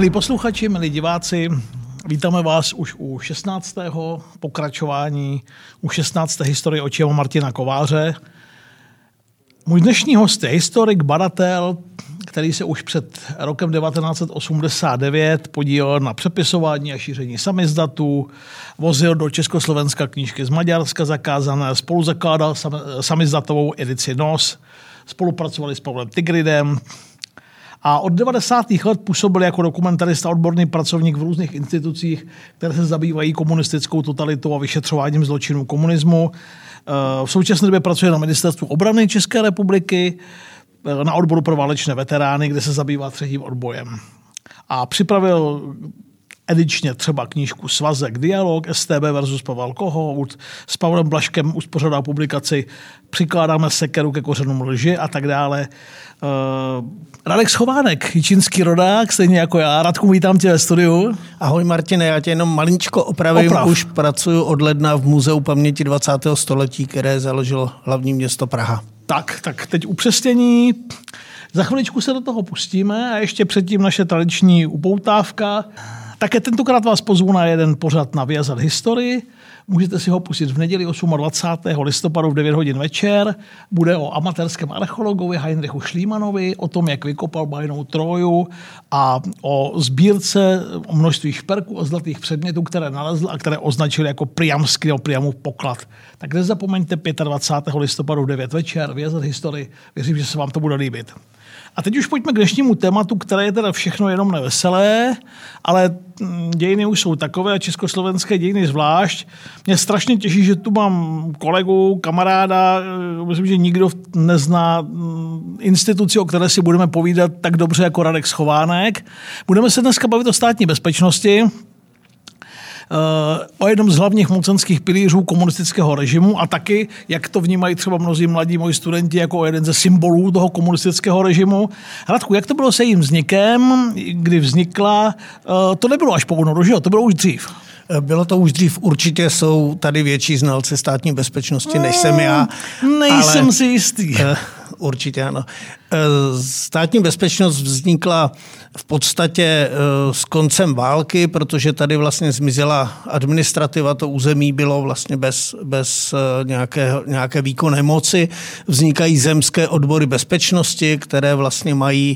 Milí posluchači, milí diváci, vítáme vás už u 16. pokračování, u 16. historie očima Martina Kováře. Můj dnešní host je historik, badatel, který se už před rokem 1989 podílel na přepisování a šíření samizdatů, vozil do Československa knížky z Maďarska zakázané, spoluzakládal samizdatovou edici NOS, spolupracovali s Pavlem Tigridem a od 90. let působil jako dokumentarista, odborný pracovník v různých institucích, které se zabývají komunistickou totalitou a vyšetřováním zločinů komunismu. V současné době pracuje na Ministerstvu obrany České republiky, na odboru pro válečné veterány, kde se zabývá třetím odbojem. A připravil edičně třeba knížku Svazek, Dialog, StB versus Pavel Kohout, s Pavlem Blažkem uspořádá publikaci Přikládáme sekeru ke kořenům lži a tak dále. Radek Schovánek, jičínský rodák, stejně jako já. Radku, vítám tě ve studiu. Ahoj Martine, já tě jenom malinčko opravím. Už pracuji od ledna v Muzeu paměti 20. století, které založilo hlavní město Praha. Tak teď upřesnění. Za chviličku se do toho pustíme a ještě předtím naše tradiční upoutávka. Také tentokrát vás pozvu na jeden pořad na Vyjazat historii. Můžete si ho pustit v neděli 28. listopadu v 9 hodin večer. Bude o amatérském archeologovi Heinrichu Schliemannovi, o tom, jak vykopal bájnou Troju a o sbírce, o množství šperků a zlatých předmětů, které nalezl a které označili jako priamský nebo priamův poklad. Tak nezapomeňte 25. listopadu v 9 večer Vyjazat historii. Věřím, že se vám to bude líbit. A teď už pojďme k dnešnímu tématu, které je teda všechno jenom neveselé, ale dějiny už jsou takové a československé dějiny zvlášť. Mě strašně těší, že tu mám kolegu, kamaráda, myslím, že nikdo nezná instituci, o které si budeme povídat tak dobře jako Radek Schovánek. Budeme se dneska bavit o státní bezpečnosti, o jednom z hlavních mocenských pilířů komunistického režimu a taky, jak to vnímají třeba mnozí mladí moji studenti jako o jeden ze symbolů toho komunistického režimu. Radku, jak to bylo se jejím vznikem, kdy vznikla? To nebylo až po únoru, že jo? To bylo už dřív. Bylo to už dřív, určitě jsou tady větší znalci státní bezpečnosti, než jsem já. Nejsem si jistý. Určitě ano. Státní bezpečnost vznikla v podstatě s koncem války, protože tady vlastně zmizela administrativa, to území bylo vlastně bez nějaké výkonné moci. Vznikají zemské odbory bezpečnosti, které vlastně mají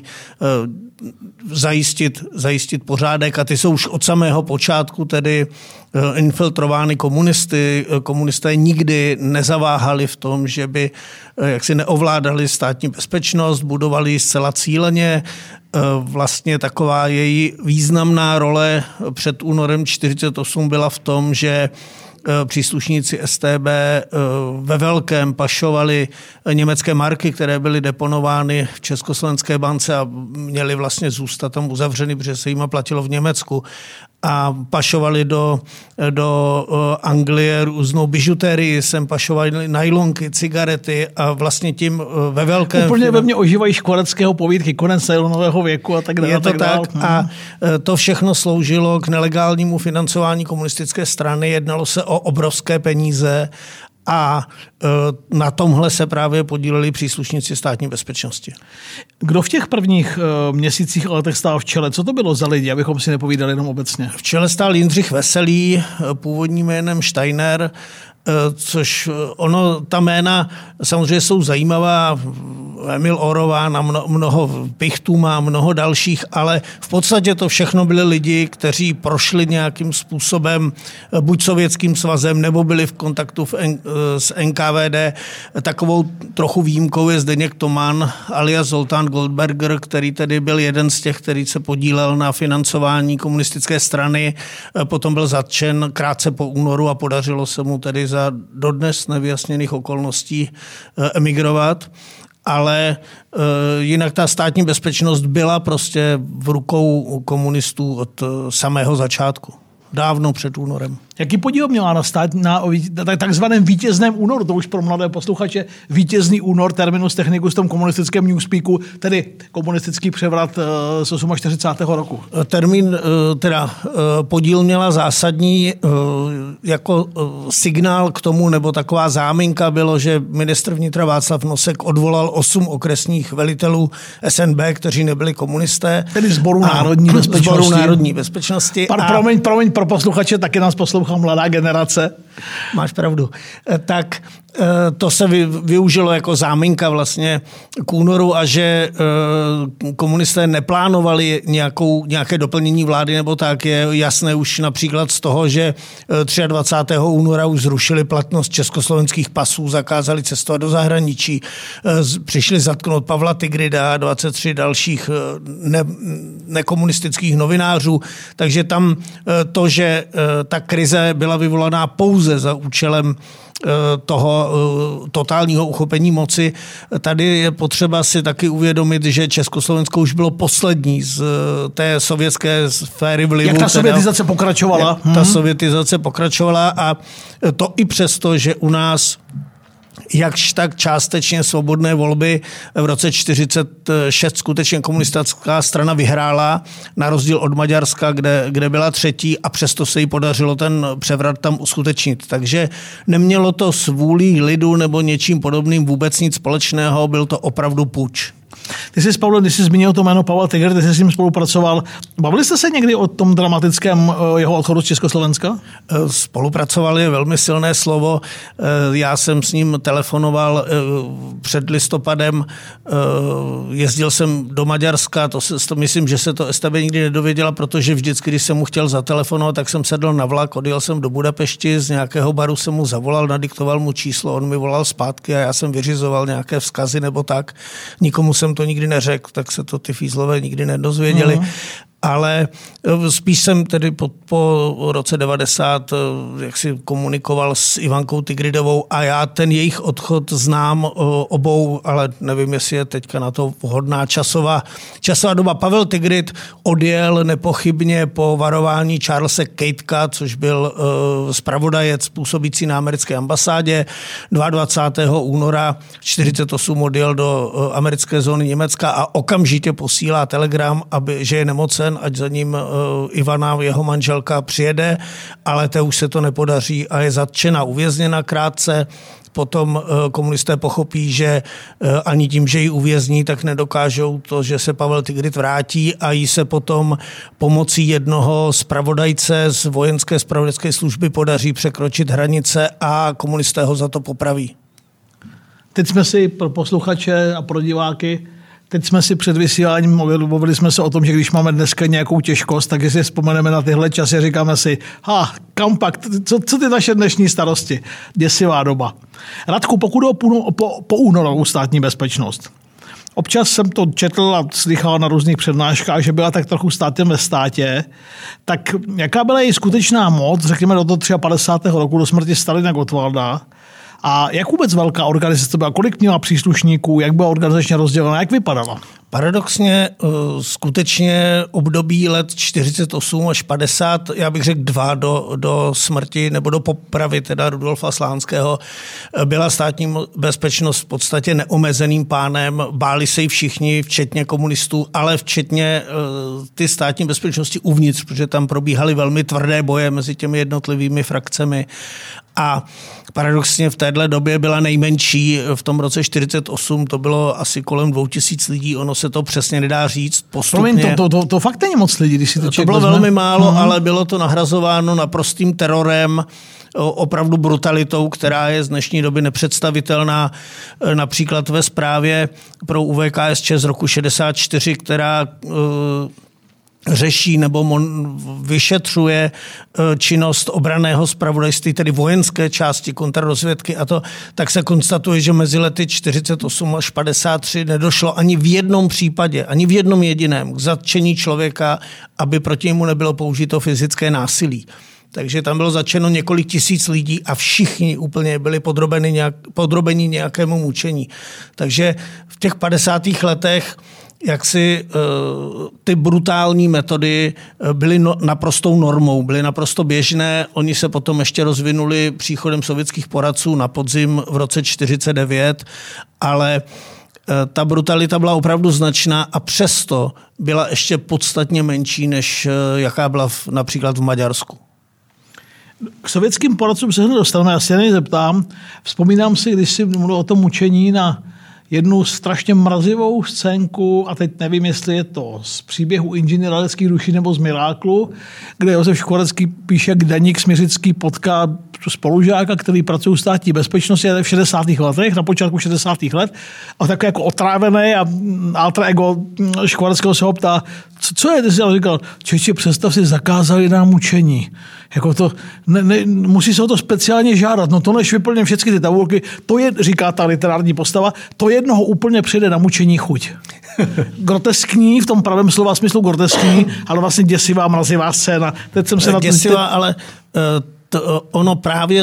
zajistit pořádek a ty jsou už od samého počátku tedy infiltrovány komunisty. Komunisté nikdy nezaváhali v tom, že by jaksi neovládali státní bezpečnost, budovali ji zcela cíleně. Vlastně taková její významná role před únorem 1948 byla v tom, že příslušníci StB ve velkém pašovali německé marky, které byly deponovány v Československé bance a měly vlastně zůstat tam uzavřeny, protože se jim platilo v Německu. A pašovali do Anglie různou bižuterii, sem pašovali nylonky, cigarety a vlastně tím ve velkém... Úplně ve mně ožívají Škvareckého povídky, konec nylonového věku a tak dále. Je to tak a to všechno sloužilo k nelegálnímu financování komunistické strany, jednalo se o obrovské peníze a na tomhle se právě podíleli příslušníci státní bezpečnosti. Kdo v těch prvních měsících a letech stál v čele? Co to bylo za lidi, abychom si nepovídali jenom obecně? V čele stál Jindřich Veselý, původním jménem Steiner, což ta jména samozřejmě jsou zajímavá. Emil Orová na mnoho Pichtů má mnoho dalších, ale v podstatě to všechno byli lidi, kteří prošli nějakým způsobem buď Sovětským svazem, nebo byli v kontaktu s NKVD. Takovou trochu výjimkou je Zdeněk Toman alias Zoltán Goldberger, který tedy byl jeden z těch, který se podílel na financování komunistické strany. Potom byl zatčen krátce po únoru a podařilo se mu tedy za dodnes nevyjasněných okolností emigrovat. Ale jinak ta státní bezpečnost byla prostě v rukou komunistů od samého začátku. Dávno před únorem. Jaký podíl měla na takzvaném vítězném únoru, to už pro mladé posluchače, vítězný únor, terminus technicus v tom komunistickém newspeaku, tedy komunistický převrat z 48. roku? Podíl měla zásadní jako signál k tomu, nebo taková záminka bylo, že ministr vnitra Václav Nosek odvolal 8 okresních velitelů SNB, kteří nebyli komunisté. Tedy Sboru národní bezpečnosti. Promiň, pro posluchače, taky nás poslouchá mladá generace. Máš pravdu. Tak to se využilo jako záminka vlastně k únoru a že komunisté neplánovali nějaké doplnění vlády nebo tak, je jasné už například z toho, že 23. února už zrušili platnost československých pasů, zakázali cestovat do zahraničí, přišli zatknout Pavla Tigrida a 23 dalších nekomunistických novinářů, takže tam to, že ta krize byla vyvolaná pouze za účelem toho totálního uchopení moci. Tady je potřeba si taky uvědomit, že Československo už bylo poslední z té sovětské sféry vlivu. Jak ta sovětizace pokračovala? Ta sovětizace pokračovala a to i přesto, že u nás jakž tak částečně svobodné volby v roce 1946 skutečně komunistická strana vyhrála, na rozdíl od Maďarska, kde byla třetí a přesto se jí podařilo ten převrat tam uskutečnit. Takže nemělo to s vůlí lidu nebo něčím podobným vůbec nic společného, byl to opravdu puč. Ty jsi, Pavle, když jsi zmínil to jméno Pavla Tigr, ty jsi s ním spolupracoval. Bavili jste se někdy o tom dramatickém jeho odchodu z Československa? Spolupracovali je velmi silné slovo. Já jsem s ním telefonoval před listopadem. Jezdil jsem do Maďarska, to myslím, že se to STB nikdy nedověděla, protože vždycky, když jsem mu chtěl zatelefonovat, tak jsem sedl na vlak, odjel jsem do Budapešti, z nějakého baru jsem mu zavolal, nadiktoval mu číslo, on mi volal zpátky a já jsem vyřizoval nějaké vzkazy nebo tak. Nikomu jsem to nikdy neřekl, tak se to ty fízlové nikdy nedozvěděli. Ale spíš jsem tedy po roce 90 jak si komunikoval s Ivankou Tigridovou a já ten jejich odchod znám obou, ale nevím, jestli je teďka na to vhodná časová doba. Pavel Tigrid odjel nepochybně po varování Charlese Keitka, což byl zpravodajec působící na americké ambasádě. 22. února 1948 odjel do americké zóny Německa a okamžitě posílá telegram, že je nemocen, ať za ním Ivana, jeho manželka, přijede, ale to už se to nepodaří a je zatčena, uvězněna krátce. Potom komunisté pochopí, že ani tím, že ji uvězní, tak nedokážou to, že se Pavel Tigrid vrátí a jí se potom pomocí jednoho zpravodajce z vojenské zpravodajské služby podaří překročit hranice a komunisté ho za to popraví. Teď jsme si pro posluchače a pro diváky před vysíláním mluvili jsme se o tom, že když máme dneska nějakou těžkost, tak si vzpomeneme na tyhle časy, říkáme si, kampak, co ty naše dnešní starosti? Děsivá doba. Radku, pokud po únorovou státní bezpečnost. Občas jsem to četl a slychal na různých přednáškách, že byla tak trochu státem ve státě. Tak jaká byla její skutečná moc, řekněme do toho 53. roku, do smrti Stalina Gottwalda? A jak vůbec velká organizace to byla? Kolik měla příslušníků? Jak byla organizačně rozdělená? Jak vypadala? Paradoxně skutečně období let 48 až 50, já bych řekl 2 do smrti nebo do popravy teda Rudolfa Slánského, byla státní bezpečnost v podstatě neomezeným pánem. Báli se jí všichni, včetně komunistů, ale včetně ty státní bezpečnosti uvnitř, protože tam probíhaly velmi tvrdé boje mezi těmi jednotlivými frakcemi. A paradoxně v téhle době byla nejmenší, v tom roce 48 to bylo asi kolem 2000 lidí, ono se to přesně nedá říct postupně. Promiň, to fakt není moc lidí, když si to To bylo velmi málo, ale bylo to nahrazováno naprostým terorem, opravdu brutalitou, která je z dnešní doby nepředstavitelná. Například ve zprávě pro UVKSČ z roku 64, která řeší nebo vyšetřuje činnost obranného zpravodajství, tedy vojenské části kontrarozvědky a to, tak se konstatuje, že mezi lety 48 až 53 nedošlo ani v jednom případě, ani v jednom jediném k zatčení člověka, aby proti němu nebylo použito fyzické násilí. Takže tam bylo zatčeno několik tisíc lidí a všichni úplně byli podrobeni nějakému mučení. Takže v těch 50. letech jaksi ty brutální metody byly naprostou normou, byly naprosto běžné. Oni se potom ještě rozvinuli příchodem sovětských poradců na podzim v roce 1949, ale ta brutalita byla opravdu značná a přesto byla ještě podstatně menší, než jaká byla například v Maďarsku. K sovětským poradcům se dostaneme, já se nezeptám. Vzpomínám si, když si mluvil o tom mučení, na jednu strašně mrazivou scénku, a teď nevím, jestli je to z příběhu Inženýra lidských duší nebo z Miráklu, kde Josef Škvorecký píše, jak Daník Smiřický potká spolužáka, který pracuje u státní bezpečnosti v 60. letech, na počátku 60. let, a takový jako otrávený a alter ego Škvoreckého se ho ptá, co je? Ty jsi říkal, čeči, představ si, zakázali nám mučení. Jako to, musí se o to speciálně žádat. No to než vyplně všechny ty tabulky, to je, říká ta literární postava, to jednoho úplně přijde na mučení chuť. Groteskní, v tom pravém slova smyslu groteskní, ale vlastně děsivá, mrazivá scéna. Teď jsem se na to... Děsivá, ale... ono právě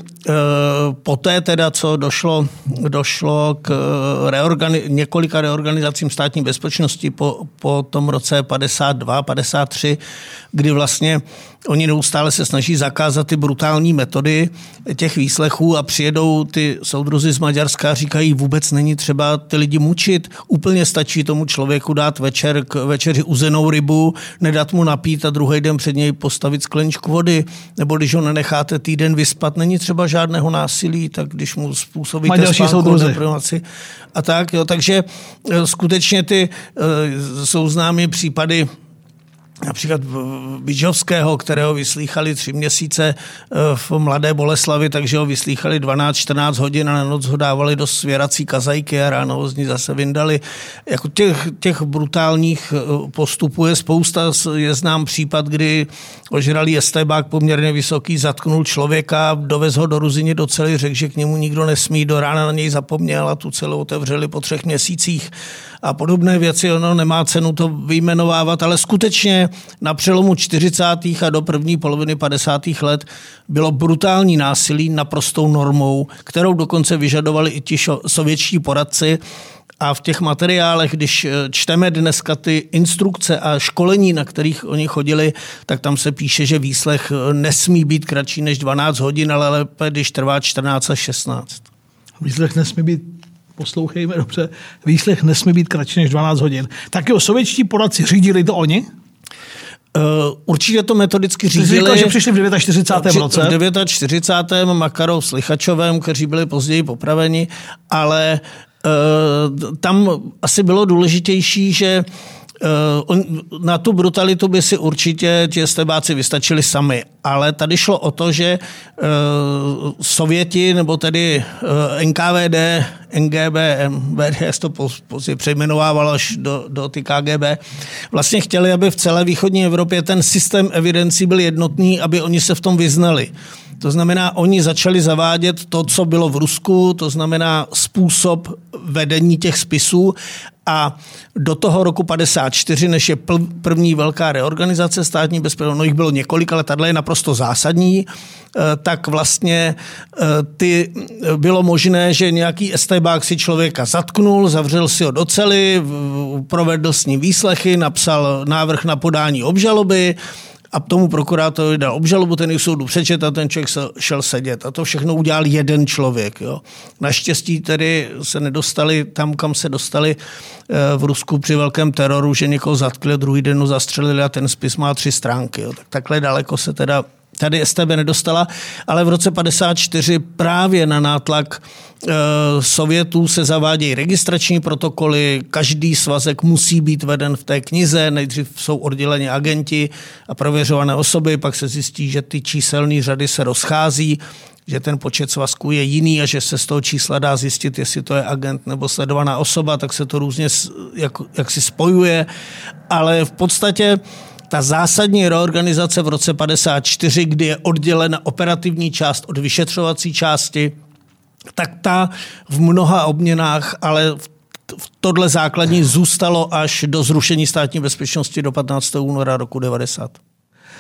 poté teda, co došlo k několika reorganizacím státní bezpečnosti po tom roce 52, 53, kdy vlastně oni neustále se snaží zakázat ty brutální metody těch výslechů a přijedou ty soudruzi z Maďarska a říkají, vůbec není třeba ty lidi mučit, úplně stačí tomu člověku dát večer k večeři uzenou rybu, nedat mu napít a druhý den před něj postavit skleničku vody, nebo když ho nenecháte týden vyspat, není třeba žádného násilí, tak když mu způsobíte spánkovou deprivaci a tak. Jo, takže skutečně ty jsou známé případy například Bidžovského, kterého vyslýchali 3 měsíce v Mladé Boleslavi, takže ho vyslýchali 12-14 hodin a na noc ho dávali do svěrací kazajky a ráno ho z ní zase vyndali. Jako těch brutálních postupů je spousta. Je znám případ, kdy ožralý estébák poměrně vysoký zatknul člověka, dovez ho do Ruzyně do cely, řekl, že k němu nikdo nesmí, do rána na něj zapomněl a tu celu otevřeli po 3 měsících. A podobné věci, ono nemá cenu to vyjmenovávat, ale skutečně na přelomu 40. a do první poloviny 50. let bylo brutální násilí naprostou normou, kterou dokonce vyžadovali i ti sovětští poradci. A v těch materiálech, když čteme dneska ty instrukce a školení, na kterých oni chodili, tak tam se píše, že výslech nesmí být kratší než 12 hodin, ale lépe, když trvá 14 až 16. Výslech nesmí být, poslouchejme dobře, výslech nesmí být kratší než 12 hodin. Tak jo, sovětští poradci, řídili to oni? Určitě to metodicky řídili. Jsi říkal, že přišli v 49. roce. V 49. Makarov s Lichačovem, kteří byli později popraveni, ale tam asi bylo důležitější, že na tu brutalitu by si určitě ti estébáci vystačili sami. Ale tady šlo o to, že Sověti, nebo tedy NKVD, NGB, MVD, jak to později přejmenovávalo až do ty KGB, vlastně chtěli, aby v celé východní Evropě ten systém evidencí byl jednotný, aby oni se v tom vyznali. To znamená, oni začali zavádět to, co bylo v Rusku, to znamená způsob vedení těch spisů a do toho roku 54, než je první velká reorganizace státní bezpečnosti, no jich bylo několik, ale tato je naprosto zásadní, tak vlastně bylo možné, že nějaký estébák si člověka zatknul, zavřel si ho do cely, provedl s ním výslechy, napsal návrh na podání obžaloby, a tomu prokurátorovi dal obžalobu, ten jich soudu přečet a ten člověk šel sedět. A to všechno udělal jeden člověk. Jo. Naštěstí tedy se nedostali tam, kam se dostali v Rusku při velkém teroru, že někoho zatkli, druhý den ho zastřelili a ten spis má 3 stránky. Jo. Tak takhle daleko se teda tady StB nedostala, ale v roce 54 právě na nátlak Sovětů se zavádějí registrační protokoly, každý svazek musí být veden v té knize, nejdřív jsou odděleni agenti a prověřované osoby, pak se zjistí, že ty číselné řady se rozchází, že ten počet svazků je jiný a že se z toho čísla dá zjistit, jestli to je agent nebo sledovaná osoba, tak se to různě jak si spojuje, ale v podstatě ta zásadní reorganizace v roce 54, kdy je oddělena operativní část od vyšetřovací části, tak ta v mnoha obměnách, ale v tohle základní zůstalo až do zrušení státní bezpečnosti do 15. února roku 90.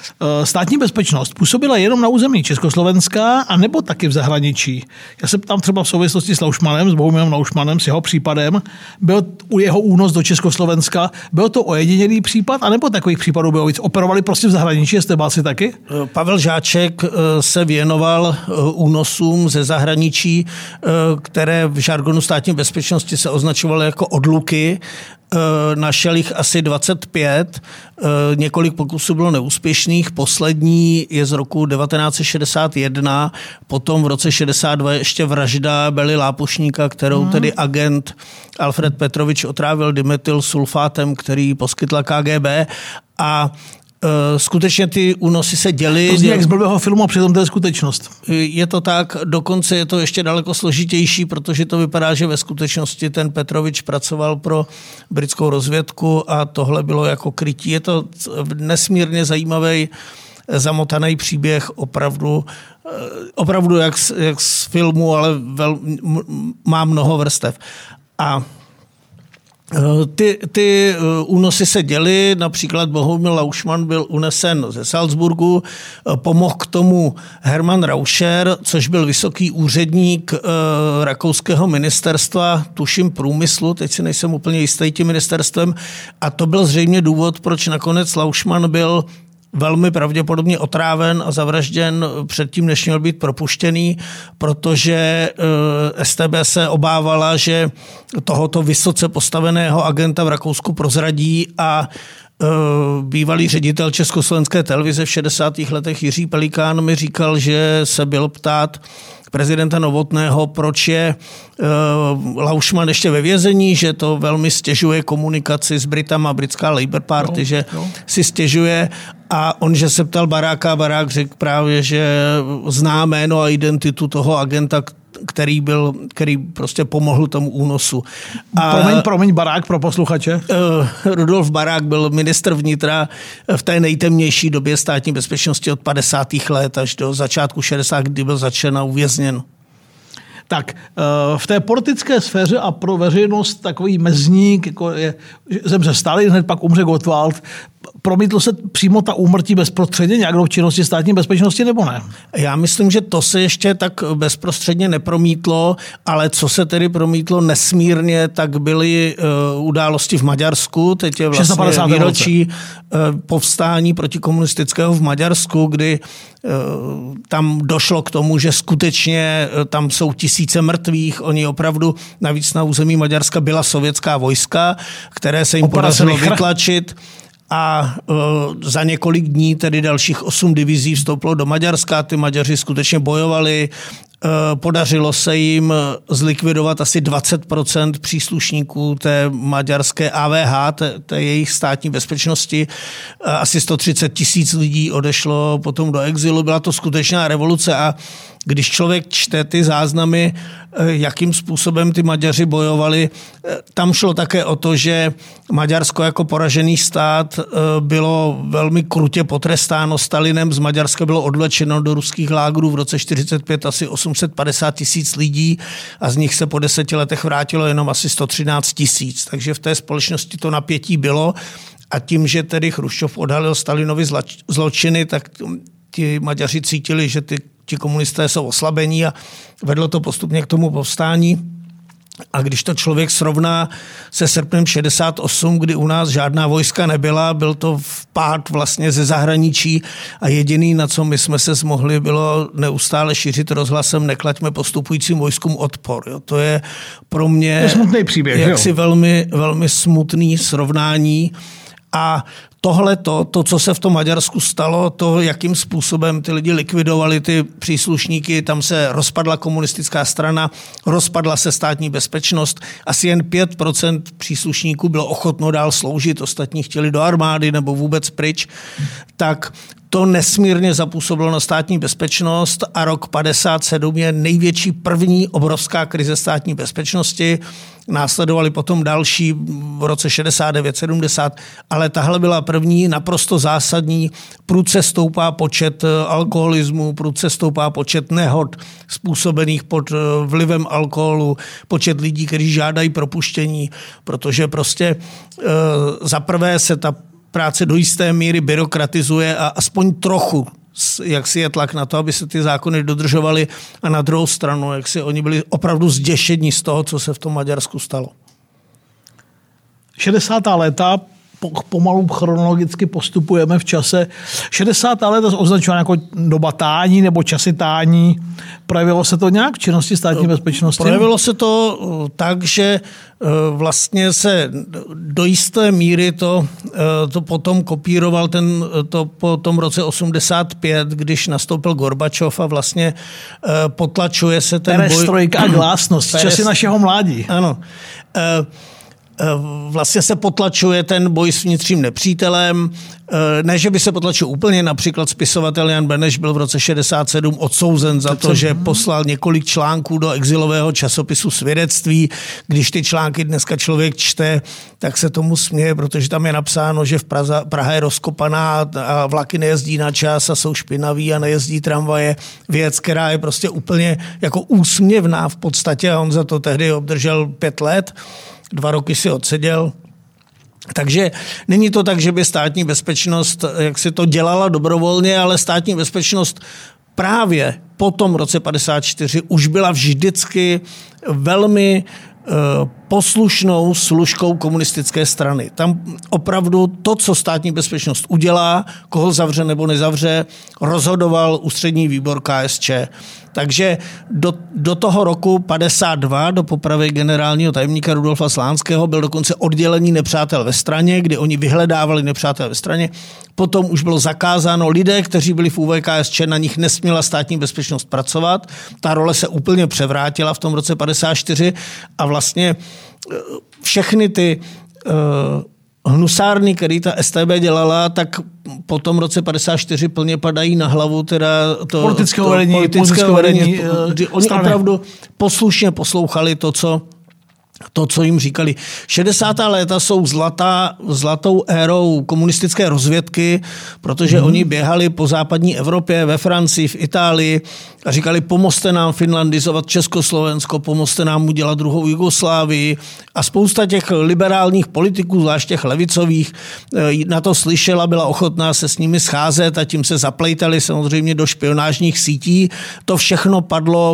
státní bezpečnost působila jenom na území Československa a nebo taky v zahraničí? Já se ptám třeba v souvislosti s Laušmanem, s Bohumilem Laušmanem, s jeho případem. Byl u jeho únos do Československa, byl to ojedinělý případ, anebo takových případů bylo víc? Operovali prostě v zahraničí, estébáci taky? Pavel Žáček se věnoval únosům ze zahraničí, které v žargonu státní bezpečnosti se označovaly jako odluky. Našel jich asi 25, několik pokusů bylo neúspěšných, poslední je z roku 1961, potom v roce 62 ještě vražda Bely Lápušníka, kterou tedy agent Alfred Petrovič otrávil dimethylsulfátem, který poskytla KGB a skutečně ty únosy se děly. To zní jak z blbého filmu a přitom to je skutečnost. Je to tak, dokonce je to ještě daleko složitější, protože to vypadá, že ve skutečnosti ten Petrovič pracoval pro britskou rozvědku a tohle bylo jako krytí. Je to nesmírně zajímavý, zamotaný příběh, opravdu jak z filmu, ale má mnoho vrstev. A ty únosy se děly, například Bohumil Laušman byl unesen ze Salzburgu, pomohl k tomu Hermann Rauscher, což byl vysoký úředník rakouského ministerstva, tuším průmyslu, teď si nejsem úplně jistý tím ministerstvem, a to byl zřejmě důvod, proč nakonec Laušman byl velmi pravděpodobně otráven a zavražděn předtím, než měl být propuštěný, protože StB se obávala, že tohoto vysoce postaveného agenta v Rakousku prozradí a bývalý ředitel Československé televize v 60. letech Jiří Pelikán mi říkal, že se byl ptát prezidenta Novotného, proč je Laušman ještě ve vězení, že to velmi stěžuje komunikaci s Britama, britská Labour Party, že si stěžuje, a on, že se ptal Baráka, Barák řekl právě, že zná jméno a identitu toho agenta, který prostě pomohl tomu únosu. Promiň, Barák pro posluchače. Rudolf Barák byl ministr vnitra v té nejtemnější době státní bezpečnosti od 50. let až do začátku 60., kdy byl zatčen a uvězněn. Tak v té politické sféře a pro veřejnost takový mezník, jako zemře Stalin, hned pak umře Gottwald, promítlo se přímo ta úmrtí bezprostředně nějak do činnosti státní bezpečnosti, nebo ne? Já myslím, že to se ještě tak bezprostředně nepromítlo, ale co se tedy promítlo nesmírně, tak byly události v Maďarsku. Teď je vlastně výročí povstání protikomunistického v Maďarsku, kdy tam došlo k tomu, že skutečně tam jsou tisíce mrtvých. Oni opravdu, navíc na území Maďarska byla sovětská vojska, které se jim podařilo vytlačit. A za několik dní tedy dalších 8 divizí vstoupilo do Maďarska. Ty Maďaři skutečně bojovali. Podařilo se jim zlikvidovat asi 20% příslušníků té maďarské AVH, té jejich státní bezpečnosti. Asi 130 000 lidí odešlo potom do exilu. Byla to skutečná revoluce a když člověk čte ty záznamy, jakým způsobem ty Maďaři bojovali, tam šlo také o to, že Maďarsko jako poražený stát bylo velmi krutě potrestáno Stalinem. Z Maďarska bylo odvlečeno do ruských lágrů v roce 1945 asi 850 000 lidí a z nich se po 10 letech vrátilo jenom asi 113 000. Takže v té společnosti to napětí bylo a tím, že tedy Chruščov odhalil Stalinovi zločiny, tak ti Maďaři cítili, že ti komunisté jsou oslabení a vedlo to postupně k tomu povstání. A když to člověk srovná se srpnem 68, kdy u nás žádná vojska nebyla, byl to vpád vlastně ze zahraničí a jediný, na co my jsme se zmohli, bylo neustále šířit rozhlasem neklaďme postupujícím vojskům odpor. Jo. To je pro mě smutný příběh, jaksi velmi, velmi smutný srovnání. A tohle, to, co se v tom Maďarsku stalo, to, jakým způsobem ty lidi likvidovali ty příslušníky, tam se rozpadla komunistická strana, rozpadla se státní bezpečnost, asi jen 5% příslušníků bylo ochotno dál sloužit, ostatní chtěli do armády nebo vůbec pryč, tak to nesmírně zapůsobilo na státní bezpečnost a rok 57 je největší první obrovská krize státní bezpečnosti. Následovali potom další v roce 69, 70, ale tahle byla první naprosto zásadní. Prudce stoupá počet alkoholismu, prudce stoupá počet nehod způsobených pod vlivem alkoholu, počet lidí, kteří žádají propuštění, protože prostě za prvé se ta práce do jisté míry byrokratizuje a aspoň trochu jak si je tlak na to, aby se ty zákony dodržovaly a na druhou stranu, jak si oni byli opravdu zděšení z toho, co se v tom Maďarsku stalo. 60. léta, pomalu chronologicky postupujeme v čase. 60. léta označována jako doba tání nebo časy tání. Projevilo se to nějak v činnosti státní bezpečnosti? Projevilo se to tak, že vlastně se do jisté míry to potom kopíroval po tom roce 85, když nastoupil Gorbačov a vlastně potlačuje se ten boj. Perestrojka a glásnost, časy našeho mládí. Ano. Vlastně se potlačuje ten boj s vnitřním nepřítelem. Ne, že by se potlačil úplně, například spisovatel Jan Beneš byl v roce 67 odsouzen za to, že poslal několik článků do exilového časopisu Svědectví. Když ty články dneska člověk čte, tak se tomu směje, protože tam je napsáno, že Praha je rozkopaná a vlaky nejezdí na čas a jsou špinaví a nejezdí tramvaje. Věc, která je prostě úplně jako úsměvná v podstatě a on za to tehdy obdržel 5 let. 2 roky si odseděl. Takže není to tak, že by státní bezpečnost jak si to dělala dobrovolně, ale státní bezpečnost právě po tom roce 54 už byla vždycky velmi poslušnou služkou komunistické strany. Tam opravdu to, co státní bezpečnost udělá, koho zavře nebo nezavře, rozhodoval ústřední výbor KSČ. Takže do toho roku 52, do popravy generálního tajemníka Rudolfa Slánského, byl dokonce oddělení nepřátel ve straně, kdy oni vyhledávali nepřátel ve straně. Potom už bylo zakázáno lidé, kteří byli v ÚVKSČ, na nich nesměla státní bezpečnost pracovat. Ta role se úplně převrátila v tom roce 54 a vlastně všechny ty hnusárny, který ta StB dělala, tak po tom roce 54 plně padají na hlavu teda politického vedení. Oni opravdu poslušně poslouchali to, co jim říkali. 60. léta jsou zlatou érou komunistické rozvědky, protože oni běhali po západní Evropě, ve Francii, v Itálii a říkali, pomozte nám finlandizovat Československo, pomozte nám udělat druhou Jugoslávii. A spousta těch liberálních politiků, zvlášť těch levicových, na to slyšela, byla ochotná se s nimi scházet a tím se zaplejtali samozřejmě do špionážních sítí. To všechno padlo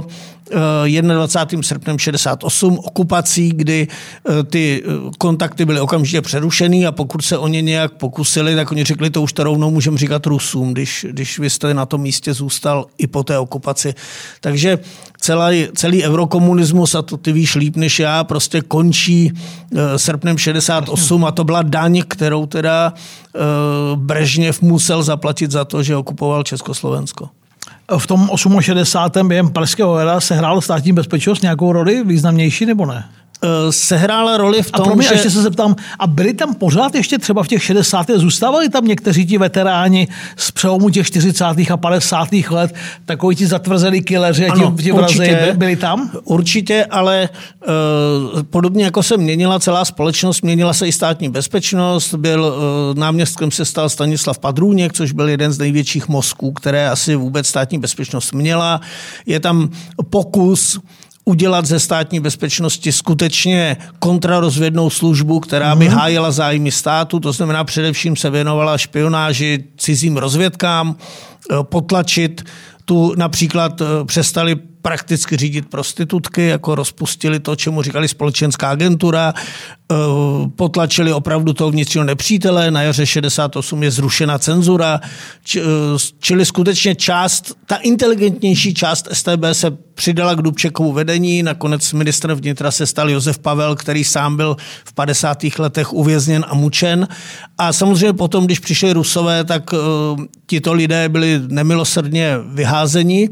21. srpnem 68 okupací, kdy ty kontakty byly okamžitě přerušený a pokud se o ně nějak pokusili, tak oni řekli, to už to rovnou můžeme říkat Rusům, když vy jste na tom místě zůstal i po té okupaci. Takže celý eurokomunismus, a to ty víš líp než já, prostě končí srpnem 68 a to byla daň, kterou teda Brežněv musel zaplatit za to, že okupoval Československo. V tom 68. během Pražského éra sehrála státní bezpečnost nějakou roli významnější nebo ne? Sehrála roli v tom, že... ještě se zeptám, a byli tam pořád ještě třeba v těch 60. zůstávali tam někteří ti veteráni z přelomu těch 40. a 50. let, takoví ti zatvrzelí killeři a ti vrazi, byli tam? Určitě, ale podobně jako se měnila celá společnost, měnila se i státní bezpečnost, náměstkem se stal Stanislav Padrůněk, což byl jeden z největších mozků, které asi vůbec státní bezpečnost měla. Je tam pokus udělat ze státní bezpečnosti skutečně kontrarozvědnou službu, která by hájila zájmy státu, to znamená především se věnovala špionáži, cizím rozvědkám, potlačit. Tu například přestali prakticky řídit prostitutky, jako rozpustili to, čemu říkali společenská agentura, potlačili opravdu toho vnitřního nepřítele, na jaře 68 je zrušena cenzura, čili skutečně ta inteligentnější část StB se přidala k Dubčekovu vedení, nakonec ministrem vnitra se stal Josef Pavel, který sám byl v 50. letech uvězněn a mučen. A samozřejmě potom, když přišli Rusové, tak tito lidé byli nemilosrdně vyházeni.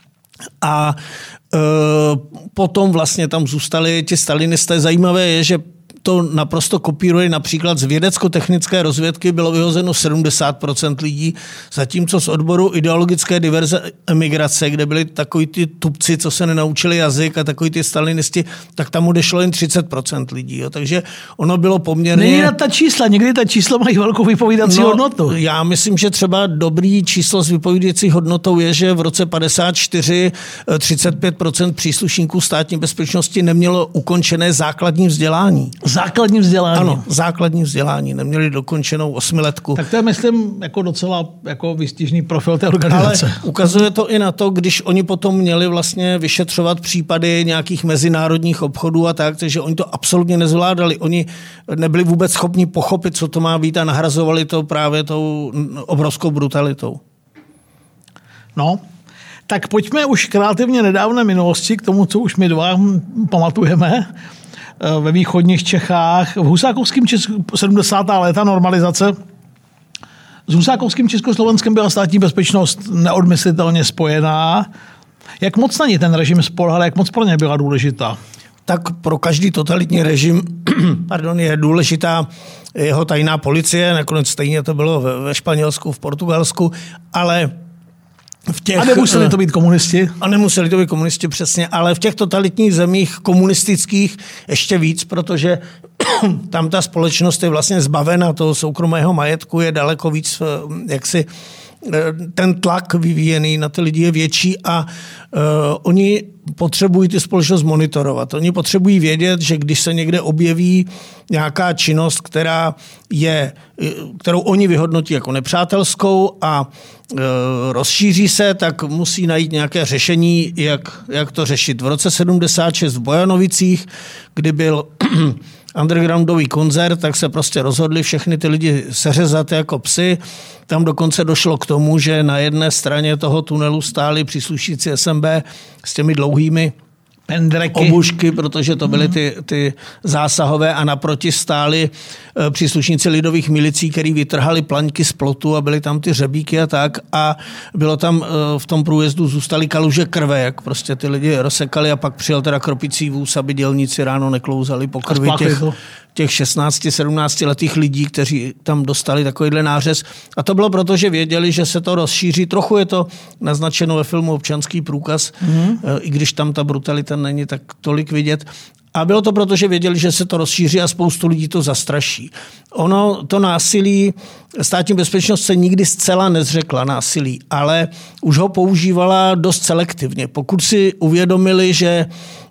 A potom vlastně tam zůstali ti stalinisté. Zajímavé je, že to naprosto kopíruje například z vědecko-technické rozvědky bylo vyhozeno 70% lidí, zatímco z odboru ideologické diverze emigrace, kde byli takový ty tupci, co se nenaučili jazyk a takový ty stalinisti, tak tam odešlo jen 30% lidí. Jo. Takže ono bylo poměrně... Není na ta čísla, někdy ta čísla mají velkou vypovídací hodnotu. Já myslím, že třeba dobrý číslo s vypovídací hodnotou je, že v roce 54 35% příslušníků státní bezpečnosti nemělo ukončené základní vzdělání. Základní vzdělání. Ano, základní vzdělání. Neměli dokončenou 8letku. Tak to je, myslím, jako docela jako výstižný profil té organizace. Ale ukazuje to i na to, když oni potom měli vlastně vyšetřovat případy nějakých mezinárodních obchodů a tak, takže oni to absolutně nezvládali. Oni nebyli vůbec schopni pochopit, co to má být a nahrazovali to právě tou obrovskou brutalitou. No, tak pojďme už k relativně nedávné minulosti, k tomu, co už my dva pamatujeme. Ve východních Čechách, v Husákovském 70. léta normalizace. S Husákovským Československem byla státní bezpečnost neodmyslitelně spojená. Jak moc na ní ten režim spolehal, jak moc pro ně byla důležitá? Tak pro každý totalitní režim je důležitá jeho tajná policie, nakonec stejně to bylo ve Španělsku, v Portugalsku, ale a nemuseli to být komunisti? A nemuseli to být komunisti, přesně, ale v těch totalitních zemích komunistických ještě víc, protože tam ta společnost je vlastně zbavena toho soukromého majetku, je daleko víc, jaksi ten tlak vyvíjený na ty lidi je větší a oni potřebují ty společnost monitorovat. Oni potřebují vědět, že když se někde objeví nějaká činnost, kterou oni vyhodnotí jako nepřátelskou a rozšíří se, tak musí najít nějaké řešení, jak to řešit. V roce 76 v Bojanovicích, kdy byl undergroundový koncert, tak se prostě rozhodli všechny ty lidi seřezat jako psy. Tam dokonce došlo k tomu, že na jedné straně toho tunelu stáli příslušníci SNB s těmi dlouhými obušky, protože to byly ty zásahové a naproti stáli příslušníci lidových milicí, který vytrhali plaňky z plotu a byly tam ty řebíky a tak a bylo tam v tom průjezdu zůstaly kaluže krve, jak prostě ty lidi rozsekali a pak přijel teda kropicí vůz, aby dělníci ráno neklouzali po krvi těch 16-17 letých lidí, kteří tam dostali takovýhle nářez. A to bylo proto, že věděli, že se to rozšíří. Trochu je to naznačeno ve filmu Občanský průkaz, i když tam ta brutalita není tak tolik vidět. A bylo to proto, že věděli, že se to rozšíří a spoustu lidí to zastraší. Ono, to násilí, státní bezpečnost se nikdy zcela nezřekla násilí, ale už ho používala dost selektivně. Pokud si uvědomili, že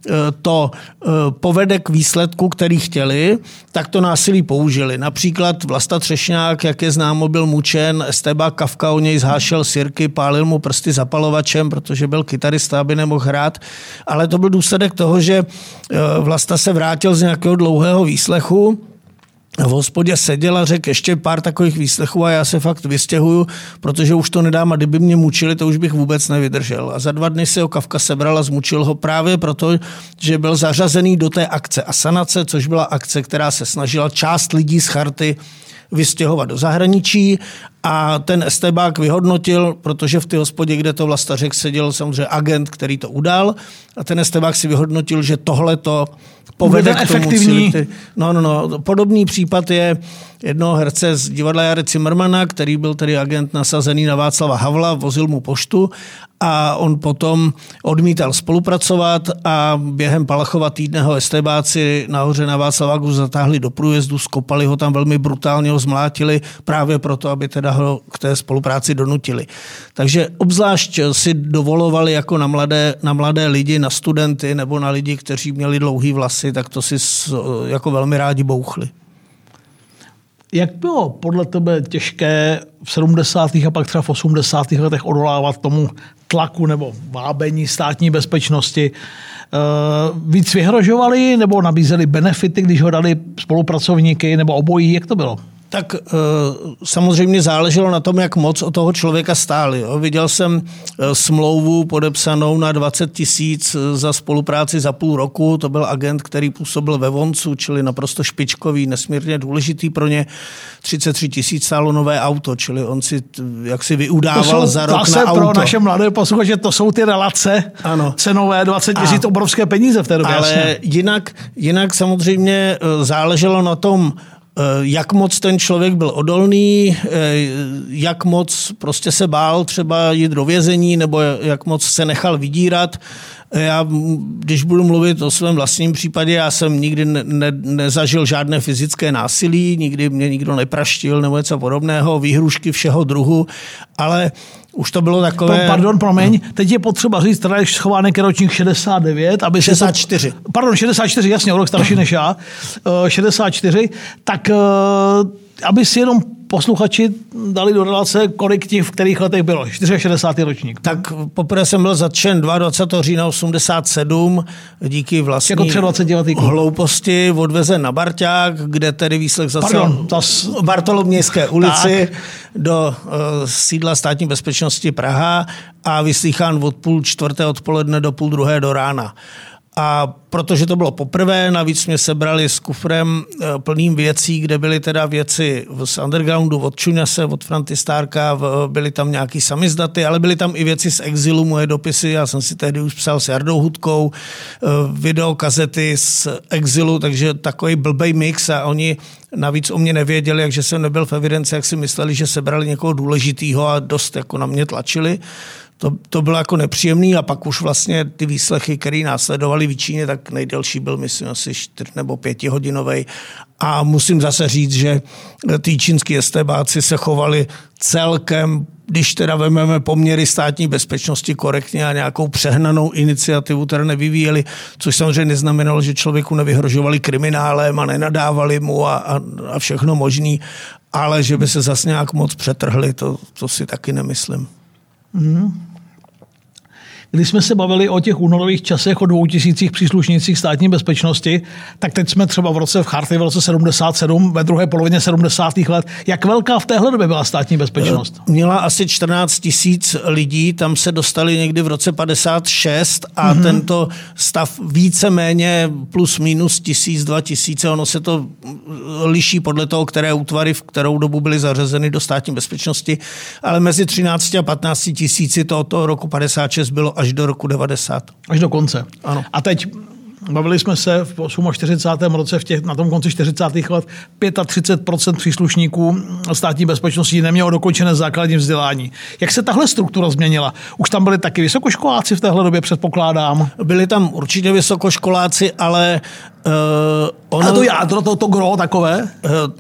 to povede k výsledku, který chtěli, tak to násilí použili. Například Vlasta Třešňák, jak je známo, byl mučen, estébák Kafka o něj zhášel sirky, pálil mu prsty zapalovačem, protože byl kytarista, aby nemohl hrát, ale to byl důsledek toho, že Vlasta se vrátil z nějakého dlouhého výslechu, v hospodě seděl a řekl ještě pár takových výslechů a já se fakt vystěhuju, protože už to nedám a kdyby mě mučili, to už bych vůbec nevydržel. A za 2 dny si ho Kafka sebral a zmučil ho právě proto, že byl zařazený do té akce Asanace, což byla akce, která se snažila část lidí z Charty vystěhovat do zahraničí a ten estébák vyhodnotil, protože v té hospodě, kde to Vlasta řekl, seděl samozřejmě agent, který to udal a ten estébák si vyhodnotil, že tohle to povede k tomu cíli. No. Podobný případ je jednoho herce z divadla Jary Cimrmana, který byl tedy agent nasazený na Václava Havla, vozil mu poštu a on potom odmítal spolupracovat a během Palachova týdne ho estébáci nahoře na Václaváku zatáhli do průjezdu, skopali ho tam velmi brutálně, ho zmlátili právě proto, aby teda ho k té spolupráci donutili. Takže obzvlášť si dovolovali jako na mladé lidi, na studenty nebo na lidi, kteří měli dlouhý vlasy, tak to si jako velmi rádi bouchli. Jak bylo podle tebe těžké v 70. a pak třeba v 80. letech odolávat tomu tlaku nebo vábení státní bezpečnosti? Víc vyhrožovali nebo nabízeli benefity, když ho dali spolupracovníky nebo obojí? Jak to bylo? Tak samozřejmě záleželo na tom, jak moc od toho člověka stáli. Viděl jsem smlouvu podepsanou na 20 000 za spolupráci za půl roku. To byl agent, který působil ve Voncu, čili naprosto špičkový, nesmírně důležitý pro ně. 33 000 stálo nové auto, čili on si jaksi vyudával za rok na auto. Pro naše mladé posluchače, to jsou ty relace cenové, 20 000 obrovské peníze v té době. Ale jinak samozřejmě záleželo na tom, jak moc ten člověk byl odolný, jak moc prostě se bál třeba jít do vězení nebo jak moc se nechal vydírat. Já, když budu mluvit o svém vlastním případě, já jsem nikdy nezažil žádné fyzické násilí, nikdy mě nikdo nepraštil nebo něco podobného, výhrušky všeho druhu, ale už to bylo takové... Promiň, teď je potřeba říct, teda je schovánek ročník 69, aby 64. 64, jasně, o rok starší než já, 64, tak aby si jenom posluchači dali do relace, kolik těch v kterých letech bylo. 64. ročník. Tak poprvé jsem byl zatčen 22. října 87 díky vlastní hlouposti odvezen na Barťák, kde tedy výslech zase Bartolomějské ulici do sídla Státní bezpečnosti Praha a vyslýchán od 3:30 odpoledne do 2:30 do rána. A protože to bylo poprvé, navíc mě sebrali s kufrem plným věcí, kde byly teda věci z undergroundu, od Čuňase, od Franty Stárka, byly tam nějaký samizdaty, ale byly tam i věci z exilu, moje dopisy, já jsem si tehdy už psal s Jardou Hudkou, videokazety z exilu, takže takový blbej mix a oni navíc o mě nevěděli, jakže jsem nebyl v evidenci, jak si mysleli, že sebrali někoho důležitého a dost jako na mě tlačili. To bylo jako nepříjemný a pak už vlastně ty výslechy, které následovaly v Číně, tak nejdelší byl, myslím, asi 4 nebo 5 hodinovej. A musím zase říct, že ty čínský estébáci se chovali celkem, když teda vememe poměry státní bezpečnosti korektně a nějakou přehnanou iniciativu teda nevyvíjeli, což samozřejmě neznamenalo, že člověku nevyhrožovali kriminálem a nenadávali mu a všechno možný, ale že by se zase nějak moc přetrhli, to si taky nemyslím. Když jsme se bavili o těch únorových časech, o 2000 příslušnících státní bezpečnosti, tak teď jsme třeba v roce 77, ve druhé polovině 70. let. Jak velká v téhle době byla státní bezpečnost? Měla asi 14 000 lidí, tam se dostali někdy v roce 56 a tento stav víceméně plus minus 1000, 2000, ono se to liší podle toho, které útvary v kterou dobu byly zařazeny do státní bezpečnosti, ale mezi 13 a 15 tisíci to od toho roku 56 bylo až do roku 90. Až do konce. Ano. A teď bavili jsme se v 48. roce, na tom konci 40. let, 35% příslušníků státní bezpečnosti nemělo dokončené základní vzdělání. Jak se tahle struktura změnila? Už tam byli taky vysokoškoláci v téhle době, předpokládám? Byli tam určitě vysokoškoláci, ale... A to jádro, to gro takové?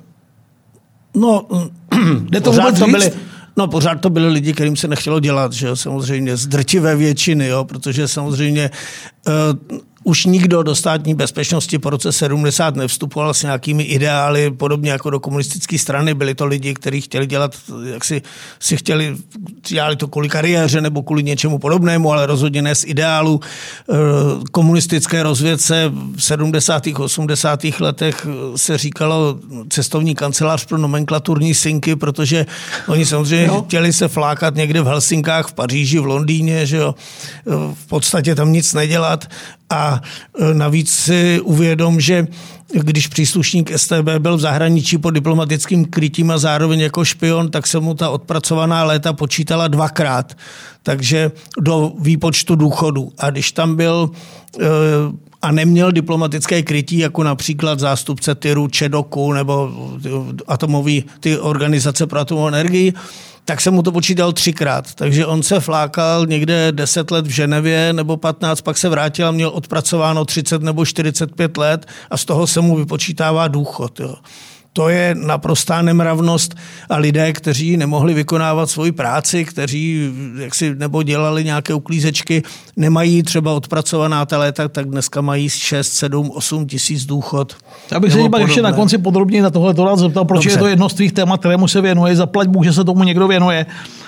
Pořád to byli lidi, kterým se nechtělo dělat, že jo, samozřejmě z drtivé většiny, jo, protože samozřejmě už nikdo do státní bezpečnosti po roce 70 nevstupoval s nějakými ideály, podobně jako do komunistické strany. Byli to lidi, kteří chtěli dělat, jak si chtěli, dělali to kvůli kariéře nebo kvůli něčemu podobnému, ale rozhodně ne z ideálu. Komunistické rozvědce v 70. 80. letech se říkalo cestovní kancelář pro nomenklaturní synky, protože oni samozřejmě chtěli se flákat někde v Helsinkách, v Paříži, v Londýně, že jo, v podstatě tam nic nedělat. A navíc si uvědom, že když příslušník StB byl v zahraničí pod diplomatickým krytím a zároveň jako špion, tak se mu ta odpracovaná léta počítala 2krát. Takže do výpočtu důchodu. A když tam byl a neměl diplomatické krytí, jako například zástupce Tyru, Čedoku nebo atomový, ty organizace pro atomovou energii, tak se mu to počítal 3krát. Takže on se flákal někde 10 let v Ženevě nebo 15, pak se vrátil a měl odpracováno 30 nebo 45 let a z toho se mu vypočítává důchod. Jo. To je naprostá nemravnost a lidé, kteří nemohli vykonávat svoji práci, kteří nebo dělali nějaké uklízečky, nemají třeba odpracovaná ta léta, tak dneska mají 6, 7, 8 tisíc důchod. Já bych se pak ještě na konci podrobněji na tohle rád zeptal, proč je to jedno z tvých témat, kterému se věnuje, zaplať Bůh, že se tomu někdo věnuje.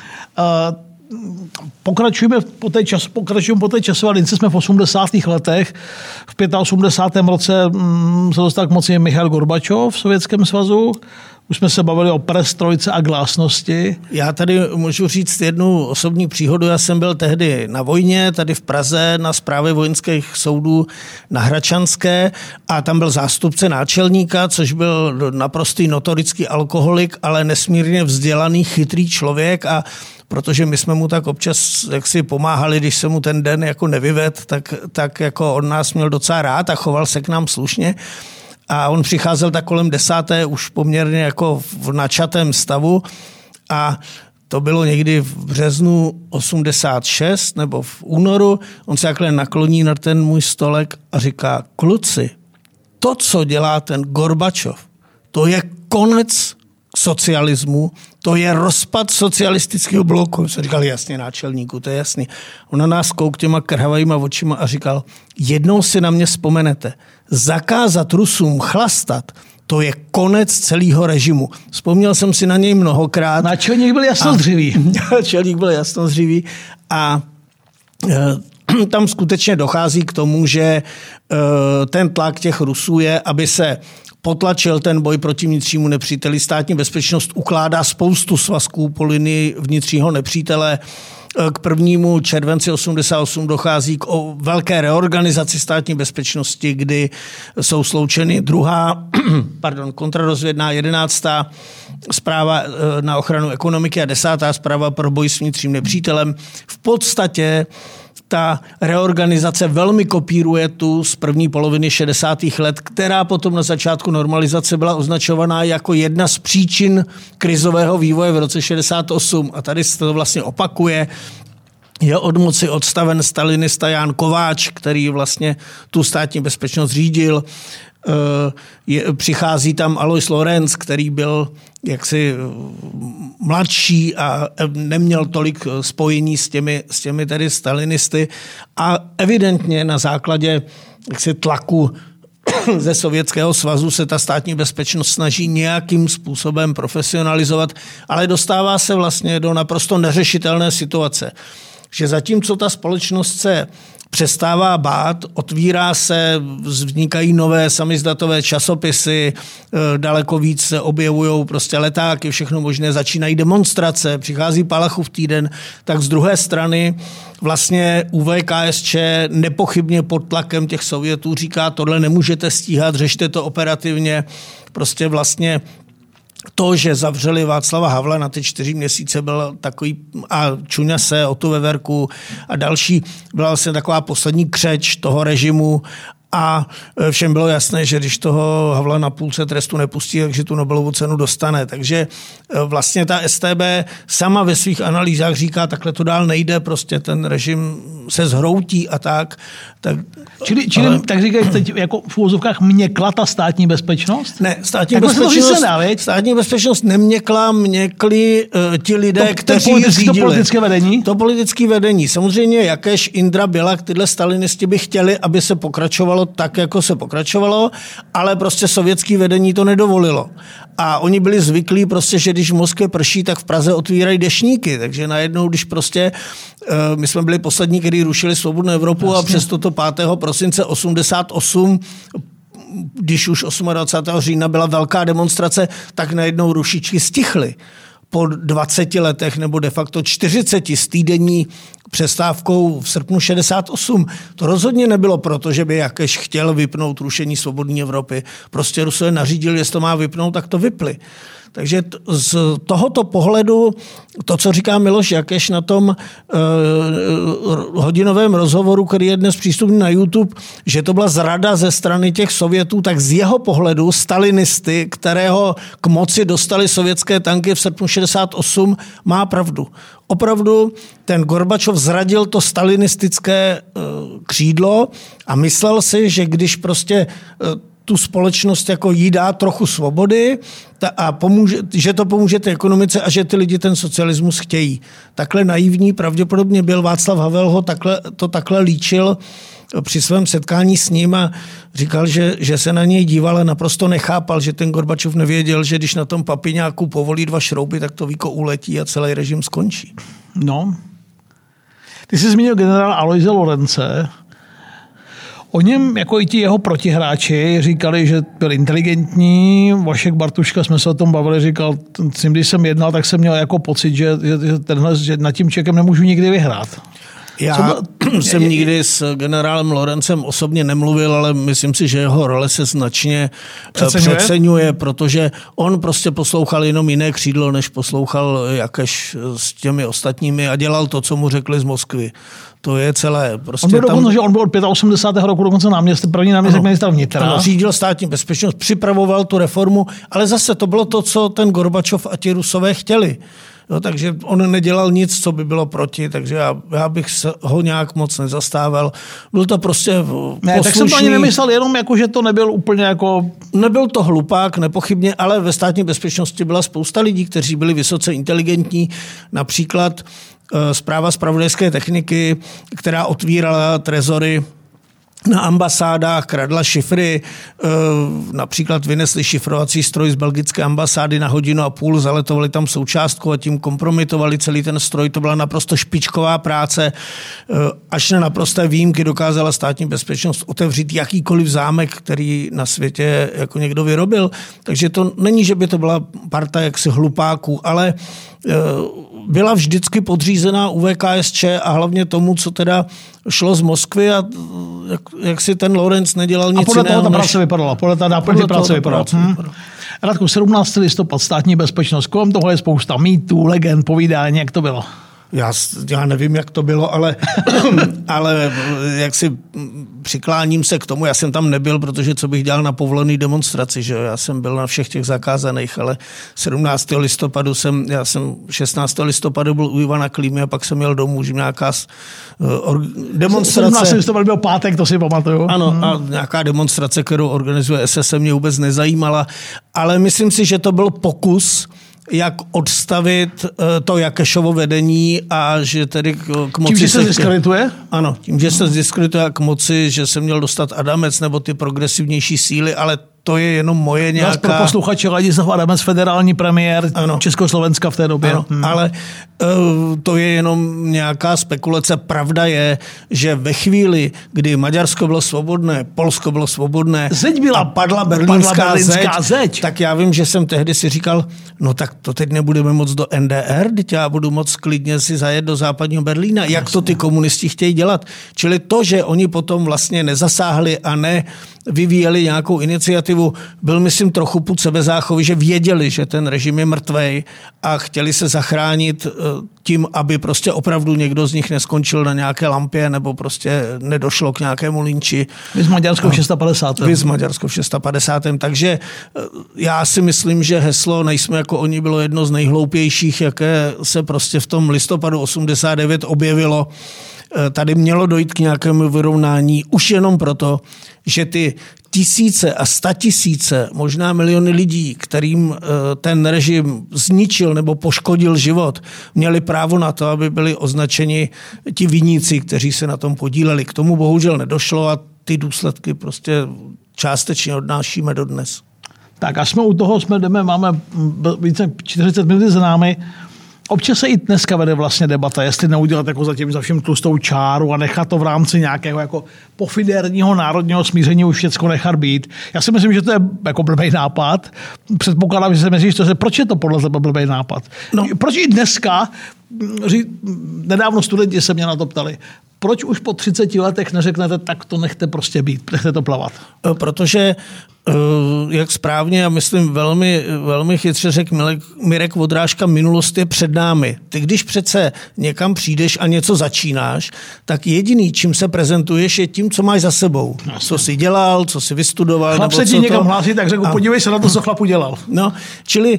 Pokračujeme po té časové lince, jsme v 80. letech. V 85. roce se dostal k moci Michail Gorbačov v Sovětském svazu. Už jsme se bavili o perestrojce a glásnosti. Já tady můžu říct jednu osobní příhodu. Já jsem byl tehdy na vojně, tady v Praze, na správě vojenských soudů na Hračanské a tam byl zástupce náčelníka, což byl naprostý notorický alkoholik, ale nesmírně vzdělaný, chytrý člověk a protože my jsme mu tak občas jaksi pomáhali, když se mu ten den jako nevyved, tak jako on nás měl docela rád a choval se k nám slušně. A on přicházel tak kolem 10. už poměrně jako v načatém stavu a to bylo někdy v březnu 86 nebo v únoru, on se takhle nakloní na ten můj stolek a říká, kluci, to, co dělá ten Gorbačov, to je konec socialismu, to je rozpad socialistického bloku. Jsem říkal, jasně, náčelníku, to je jasný. On na nás kouk těma krhavajýma očima a říkal, jednou si na mě vzpomenete, zakázat Rusům chlastat, to je konec celého režimu. Vzpomněl jsem si na něj mnohokrát. Náčelník byl jasnozřivý. Náčelník byl jasnozřivý a tam skutečně dochází k tomu, že ten tlak těch Rusů je, aby se potlačil ten boj proti vnitřnímu nepříteli. Státní bezpečnost ukládá spoustu svazků po linii vnitřního nepřítele. K 1. červenci 88 dochází k velké reorganizaci státní bezpečnosti, kdy jsou sloučeny 2. kontrarozvědná 11. správa na ochranu ekonomiky a 10. správa pro boj s vnitřním nepřítelem. V podstatě ta reorganizace velmi kopíruje tu z první poloviny 60. let, která potom na začátku normalizace byla označovaná jako jedna z příčin krizového vývoje v roce 68. A tady se to vlastně opakuje. Je od moci odstaven stalinista Jan Kováč, který vlastně tu státní bezpečnost řídil. Přichází tam Alois Lorenz, který byl jaksi mladší a neměl tolik spojení s těmi tedy stalinisty a evidentně na základě jaksi tlaku ze Sovětského svazu se ta státní bezpečnost snaží nějakým způsobem profesionalizovat, ale dostává se vlastně do naprosto neřešitelné situace, že zatímco ta společnost se přestává bát, otvírá se, vznikají nové samizdatové časopisy, daleko víc se objevují prostě letáky, všechno možné, začínají demonstrace, přichází Palachův týden, tak z druhé strany vlastně UVKSČ nepochybně pod tlakem těch Sovětů říká, tohle nemůžete stíhat, řešte to operativně, prostě vlastně to, že zavřeli Václava Havla na ty 4 měsíce, byl takový, a Čuňase, Otu Veverku a další, byla vlastně taková poslední křeč toho režimu a všem bylo jasné, že když toho Havla na půlce trestu nepustí, takže tu Nobelovu cenu dostane. Takže vlastně ta StB sama ve svých analýzách říká, takhle to dál nejde, prostě ten režim se zhroutí a tak. Čili tak říkají teď jako v úvozovkách měkla ta státní bezpečnost? Ne, státní bezpečnost neměkla, měkli ti lidé, kteří řídili. To politické vedení? To politické vedení. Samozřejmě Jakeš, Indra, Bělak, tyhle stalinisti by chtěli, aby se pokračovalo tak, jako se pokračovalo, ale prostě sovětské vedení to nedovolilo. A oni byli zvyklí prostě, že když v Moskvě prší, tak v Praze otvírají deštníky. Takže najednou, když prostě my jsme byli poslední, kteří rušili svobodnou Evropu. Jasně. A přes toto 5. prosince 88, když už 28. října byla velká demonstrace, tak najednou rušičky stichly. Po 20 letech nebo de facto 40 s týdenní přestávkou v srpnu 68. To rozhodně nebylo proto, že by Jakeš chtěl vypnout rušení svobodné Evropy. Prostě Rusové nařídili, jestli to má vypnout, tak to vypli. Takže z tohoto pohledu, to, co říká Miloš Jakeš na tom hodinovém rozhovoru, který je dnes přístupný na YouTube, že to byla zrada ze strany těch Sovětů, tak z jeho pohledu stalinisty, kterého k moci dostali sovětské tanky v srpnu 68, má pravdu. Opravdu ten Gorbačov zradil to stalinistické křídlo a myslel si, že když prostě tu společnost jako jí dá trochu svobody a že to pomůže té ekonomice a že ty lidi ten socialismus chtějí. Takhle naivní pravděpodobně byl Václav Havel, ho takhle líčil při svém setkání s ním a říkal, že se na něj díval a naprosto nechápal, že ten Gorbačov nevěděl, že když na tom papiňáku povolí 2 šrouby, tak to víko uletí a celý režim skončí. No. Ty jsi zmínil generála Aloise Lorence. O něm, jako i ti jeho protihráči, říkali, že byl inteligentní. Vašek Bartuška, jsme se o tom bavili, říkal, když jsem jednal, tak jsem měl jako pocit, že nad tím člověkem nemůžu nikdy vyhrát. Já jsem nikdy s generálem Lorencem osobně nemluvil, ale myslím si, že jeho role se značně přeceňuje, protože on prostě poslouchal jenom jiné křídlo, než poslouchal Jakeš s těmi ostatními a dělal to, co mu řekli z Moskvy. To je celé. Prostě on byl dokonce, že on byl od 85. roku dokonce první náměstek ministra vnitra. Řídil státní bezpečnost, připravoval tu reformu, ale zase to bylo to, co ten Gorbačov a ti Rusové chtěli. Jo, takže on nedělal nic, co by bylo proti, takže já bych se ho nějak moc nezastával. Byl to prostě poslušný. Tak jsem to ani nemyslel, jenom jako, že to nebyl úplně jako... Nebyl to hlupák, nepochybně, ale ve státní bezpečnosti byla spousta lidí, kteří byli vysoce inteligentní, například Správa zpravodajské techniky, která otvírala trezory na ambasádách, kradla šifry, například vynesli šifrovací stroj z belgické ambasády na 1,5 hodiny, zaletovali tam součástku a tím kompromitovali celý ten stroj. To byla naprosto špičková práce. Až na naprosté výjimky dokázala státní bezpečnost otevřít jakýkoliv zámek, který na světě jako někdo vyrobil. Takže to není, že by to byla parta jaksi hlupáků, ale byla vždycky podřízená UVKSČ a hlavně tomu, co teda šlo z Moskvy a jak si ten Lorenc nedělal nic jiného. A podle toho ta práce vypadala. Podle toho náplně práce vypadala. Radku, 17. listopad, státní bezpečnost. Kolem toho je spousta mýtů, legend, povídání. Jak to bylo? Já nevím, jak to bylo, ale jak si přikláním se k tomu, já jsem tam nebyl, protože co bych dělal na povolený demonstraci, že já jsem byl na všech těch zakázaných, ale 17. listopadu 16. listopadu byl u Ivana Klímy a pak jsem jel domů, že nějaká demonstrace. 17. listopadu byl pátek, to si pamatuju. Ano, a nějaká demonstrace, kterou organizuje SS, mě vůbec nezajímala, ale myslím si, že to byl pokus, jak odstavit to Jakešovo vedení a že tedy k moci... Tím, že se diskredituje? Ano, tím, že se diskredituje k moci, že se měl dostat Adamec nebo ty progresivnější síly, ale to je jenom moje nějaká... Pro posluchače Ladislav Adamec, federální premiér Československa v té době. Ano, ale to je jenom nějaká spekulace. Pravda je, že ve chvíli, kdy Maďarsko bylo svobodné, Polsko bylo svobodné a padla berlínská zeď, tak já vím, že jsem tehdy si říkal, no tak to teď nebudeme moc do NDR, teď já budu moc klidně si zajet do západního Berlína. Jak to ty komunisti chtějí dělat? Čili to, že oni potom vlastně nezasáhli a vyvíjeli nějakou iniciativu, byl, myslím, trochu pud sebezáchovy, že věděli, že ten režim je mrtvej a chtěli se zachránit tím, aby prostě opravdu někdo z nich neskončil na nějaké lampě nebo prostě nedošlo k nějakému lynči. Vy z Maďarskou v 650. Vy z Maďarskou v 650. Takže já si myslím, že heslo nejsme jako oni bylo jedno z nejhloupějších, jaké se prostě v tom listopadu 89 objevilo. Tady mělo dojít k nějakému vyrovnání už jenom proto, že ty tisíce a statisíce, možná miliony lidí, kterým ten režim zničil nebo poškodil život, měli právo na to, aby byli označeni ti viníci, kteří se na tom podíleli. K tomu bohužel nedošlo a ty důsledky prostě částečně odnášíme dodnes. Tak a jsme u toho, máme více jak 40 minut za námi. Občas se i dneska vede vlastně debata, jestli neudělat jako zatím za vším tlustou čáru a nechat to v rámci nějakého jako pofidérního národního smíření už všecko nechat být. Já si myslím, že to je jako blbej nápad. Předpokládám, že se myslíš, proč je to podle tebe blbej nápad? No. Proč i dneska, nedávno studenti se mě na to ptali, proč už po 30 letech neřeknete, tak to nechte prostě být, nechte to plavat? Protože jak správně a myslím velmi, velmi chytře řekl Mirek Vodrážka, minulost je před námi. Ty když přece někam přijdeš a něco začínáš, tak jediný, čím se prezentuješ, je tím, co máš za sebou. Jasně. Co jsi dělal, co jsi vystudoval. Chlap se ti někam hlásí, tak řekl, podívej se na to, co chlap udělal. No, čili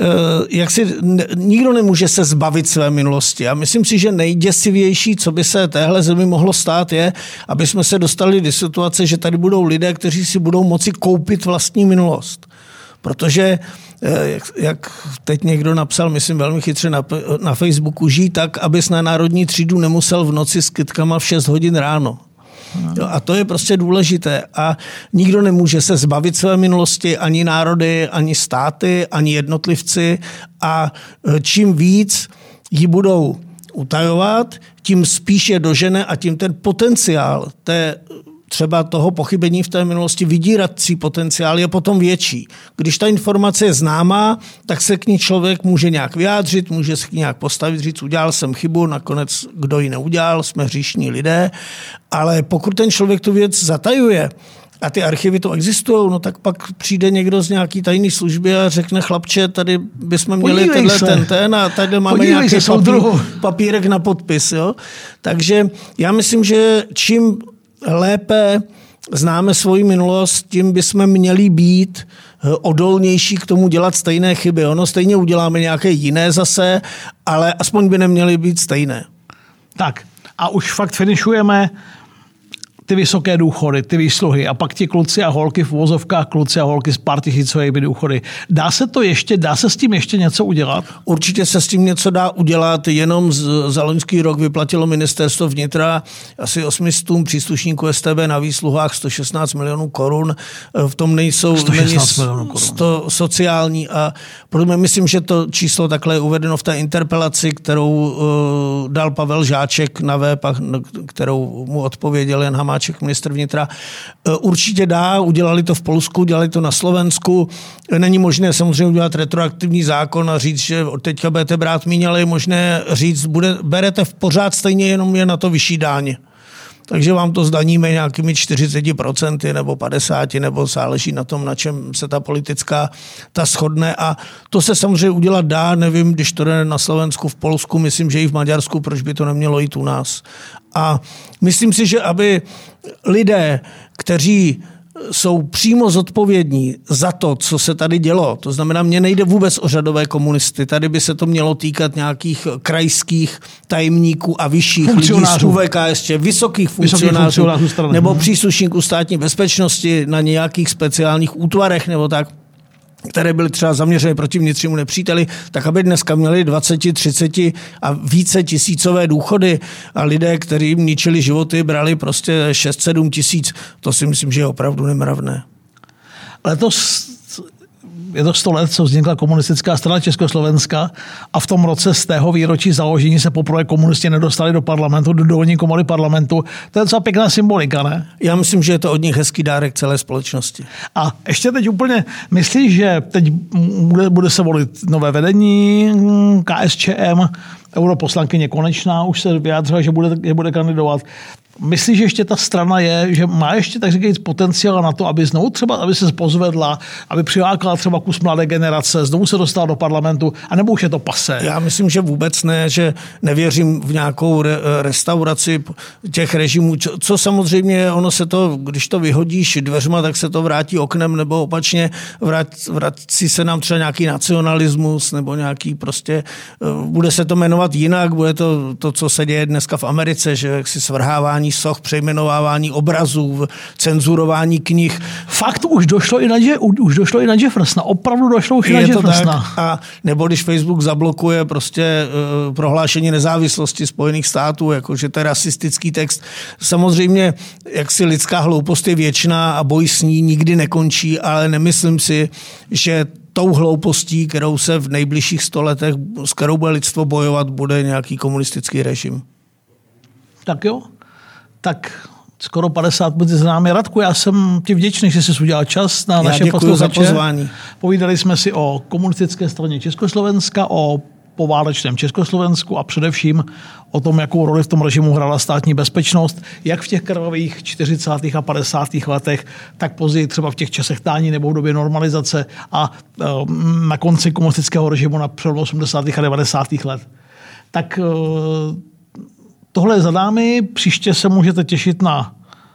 nikdo nemůže se zbavit své minulosti. A myslím si, že nejděsivější, co by se téhle zemi mohlo stát, je, aby jsme se dostali do situace, že tady budou lidé, kteří si budou moci koupit vlastní minulost. Protože, jak teď někdo napsal, myslím velmi chytře na Facebooku, žij tak, abys na národní třídu nemusel v noci s kytkama v 6 hodin ráno. Jo, a to je prostě důležité. A nikdo nemůže se zbavit své minulosti, ani národy, ani státy, ani jednotlivci. A čím víc ji budou utajovat, tím spíš je dožene a tím ten potenciál třeba toho pochybení v té minulosti, vydírací potenciál je potom větší. Když ta informace je známá, tak se k ní člověk může nějak vyjádřit, může se k ní nějak postavit, říct, udělal jsem chybu, nakonec kdo ji neudělal, jsme hříšní lidé, ale pokud ten člověk tu věc zatajuje, a ty archivy to existují, no tak pak přijde někdo z nějaký tajné služby a řekne, chlapče, tady bychom měli ten a tady máme nějaký papírek na podpis. Jo? Takže já myslím, že čím lépe známe svoji minulost, tím bychom měli být odolnější k tomu dělat stejné chyby. Ono stejně uděláme nějaké jiné zase, ale aspoň by neměly být stejné. Tak a už fakt finišujeme ty vysoké důchody, ty výsluhy a pak ti kluci a holky v uvozovkách, kluci a holky s pár tisícovými důchody. Dá se s tím ještě něco udělat? Určitě se s tím něco dá udělat, jenom za loňský rok vyplatilo ministerstvo vnitra asi 800 příslušníků StB na výsluhách 116 milionů korun. V tom není sociální a myslím, že to číslo takhle je uvedeno v té interpelaci, kterou dal Pavel Žáček na web, kterou mu odpověděl Jan Hamáček, ministr vnitra. Určitě dá, udělali to v Polsku, dělali to na Slovensku. Není možné samozřejmě udělat retroaktivní zákon a říct, že teďka budete brát míň, ale je možné říct, berete v pořád stejně, jenom je na to vyšší daň. Takže vám to zdaníme nějakými 40% nebo 50%, nebo záleží na tom, na čem se ta politická shodne. A to se samozřejmě udělat dá, nevím, když to jde na Slovensku, v Polsku, myslím, že i v Maďarsku, proč by to nemělo jít u nás. A myslím si, že aby lidé, kteří jsou přímo zodpovědní za to, co se tady dělo. To znamená, mně nejde vůbec o řadové komunisty. Tady by se to mělo týkat nějakých krajských tajemníků a vyšších lidí z ÚVKSČ, vysokých funkcionářů nebo příslušníků státní bezpečnosti na nějakých speciálních útvarech nebo tak, které byly třeba zaměřené proti vnitřnímu nepříteli, tak aby dneska měli 20, 30 a více tisícové důchody a lidé, kterým ničili životy, brali prostě 6-7 tisíc. To si myslím, že je opravdu nemravné. Letos je to 100 let, co vznikla komunistická strana Československa a v tom roce z tého výročí založení se poprvé komunisti nedostali do parlamentu, do dolní komory parlamentu. To je docela pěkná symbolika, ne? Já myslím, že je to od nich hezký dárek celé společnosti. A ještě teď úplně myslíš, že teď bude se volit nové vedení KSČM, europoslankyně Konečná už se vyjádřila, že bude kandidovat. Myslíš, že ještě ta strana že má ještě, tak říkajíc, potenciál na to, aby znovu třeba, aby se pozvedla, aby přilákala třeba kus mladé generace, znovu se dostala do parlamentu, anebo už je to pasé? Já myslím, že vůbec ne, že nevěřím v nějakou restauraci těch režimů, co samozřejmě ono se to, když to vyhodíš dveřma, tak se to vrátí oknem, nebo opačně vrací se nám třeba nějaký nacionalismus, nebo nějaký prostě, bude se to jmenovat jinak, bude to, co se děje dneska v Americe, že jaksi svrhávání soch, přejmenovávání obrazů, cenzurování knih. Fakt už došlo i na Jeffersona. Opravdu došlo už i na Jeffersona. A nebo když Facebook zablokuje prostě prohlášení nezávislosti Spojených států, jakože to je rasistický text. Samozřejmě, jak si lidská hloupost je věčná a boj s ní nikdy nekončí, ale nemyslím si, že tou hloupostí, kterou se v nejbližších 100 letech, s kterou bude lidstvo bojovat, bude nějaký komunistický režim. Tak jo. Tak skoro 50 minut za námi. Radku, já jsem ti vděčný, že jsi udělal čas na naše posluchače. Pozvání. Povídali jsme si o komunistické straně Československa, o poválečném Československu a především o tom, jakou roli v tom režimu hrála státní bezpečnost, jak v těch krvavých 40. a 50. letech, tak později třeba v těch časech tání nebo v době normalizace a na konci komunistického režimu na přelomu 80. a 90. let. Tak tohle je za námi, příště se můžete těšit na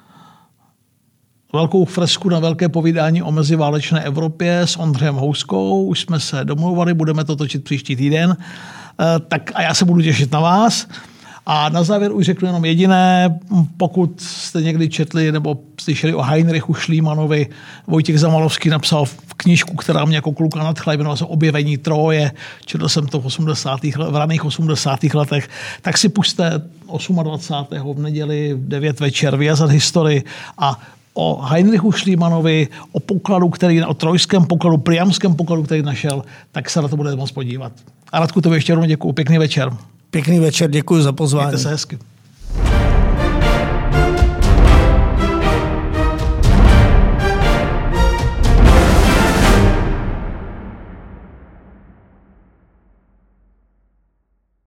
velkou fresku, na velké povídání o meziválečné Evropě s Ondřejem Houskou. Už jsme se domluvali, budeme to točit příští týden. Tak a já se budu těšit na vás. A na závěr už řeknu jenom jediné, pokud jste někdy četli nebo slyšeli o Heinrichu Schliemannovi, Vojtěch Zamalovský napsal knížku, která mě jako kluka nadchla, jmenovala se Objevení Tróje, četl jsem to v raných 80. letech, tak si pusťte 28. v neděli v 9 večer Vyjazat historii a o Heinrichu Schliemannovi, o trojském pokladu, priamském pokladu, který našel, tak se na to budete moc podívat. A Radku, tobě ještě jednou děkuju. Pěkný večer. Pěkný večer, děkuji za pozvání. Mějte se hezky.